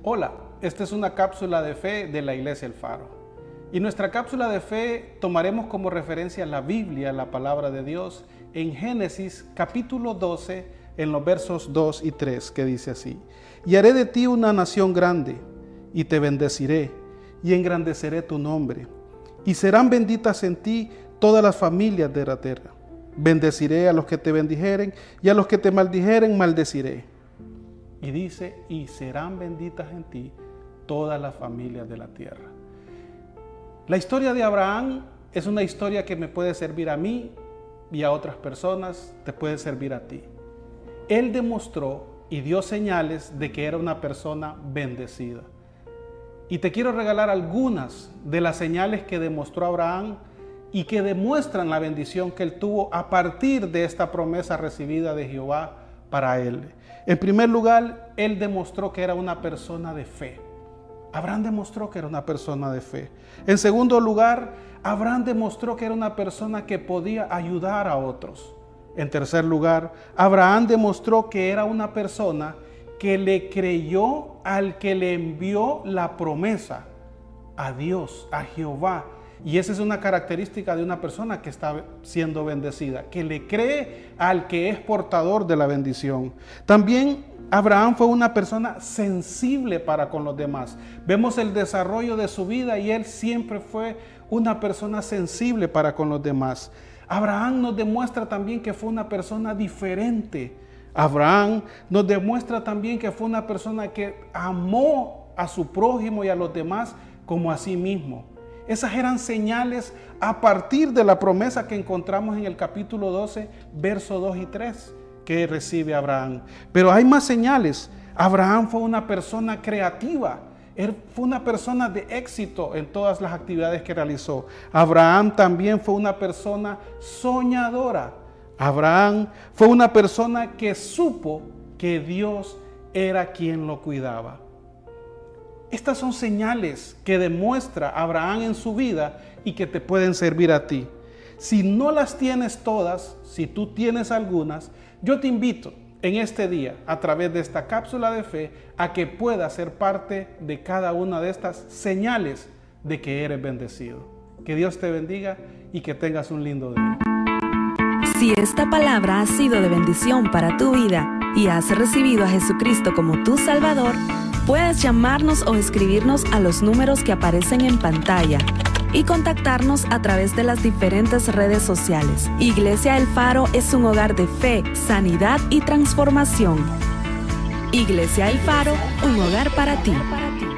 Hola, esta es una cápsula de fe de la Iglesia El Faro. Y nuestra cápsula de fe tomaremos como referencia la Biblia, la palabra de Dios, en Génesis capítulo 12, en los versos 2 y 3, que dice así: Y haré de ti una nación grande, y te bendeciré, y engrandeceré tu nombre, y serán benditas en ti todas las familias de la tierra. Bendeciré a los que te bendijeren, y a los que te maldijeren maldeciré. Y dice, y serán benditas en ti todas las familias de la tierra. La historia de Abraham es una historia que me puede servir a mí y a otras personas, te puede servir a ti. Él demostró y dio señales de que era una persona bendecida. Y te quiero regalar algunas de las señales que demostró Abraham y que demuestran la bendición que él tuvo a partir de esta promesa recibida de Jehová para él. En primer lugar, él demostró que era una persona de fe. Abraham demostró que era una persona de fe. En segundo lugar, Abraham demostró que era una persona que podía ayudar a otros. En tercer lugar, Abraham demostró que era una persona que le creyó al que le envió la promesa, a Dios, a Jehová. Y esa es una característica de una persona que está siendo bendecida, que le cree al que es portador de la bendición. También Abraham fue una persona sensible para con los demás. Vemos el desarrollo de su vida y él siempre fue una persona sensible para con los demás. Abraham nos demuestra también que fue una persona diferente. Abraham nos demuestra también que fue una persona que amó a su prójimo y a los demás como a sí mismo. Esas eran señales a partir de la promesa que encontramos en el capítulo 12, versos 2 y 3, que recibe Abraham. Pero hay más señales. Abraham fue una persona creativa. Él fue una persona de éxito en todas las actividades que realizó. Abraham también fue una persona soñadora. Abraham fue una persona que supo que Dios era quien lo cuidaba. Estas son señales que demuestra Abraham en su vida y que te pueden servir a ti. Si no las tienes todas, si tú tienes algunas, yo te invito en este día, a través de esta cápsula de fe, a que puedas ser parte de cada una de estas señales de que eres bendecido. Que Dios te bendiga y que tengas un lindo día. Si esta palabra ha sido de bendición para tu vida y has recibido a Jesucristo como tu Salvador, puedes llamarnos o escribirnos a los números que aparecen en pantalla y contactarnos a través de las diferentes redes sociales. Iglesia El Faro es un hogar de fe, sanidad y transformación. Iglesia El Faro, un hogar para ti.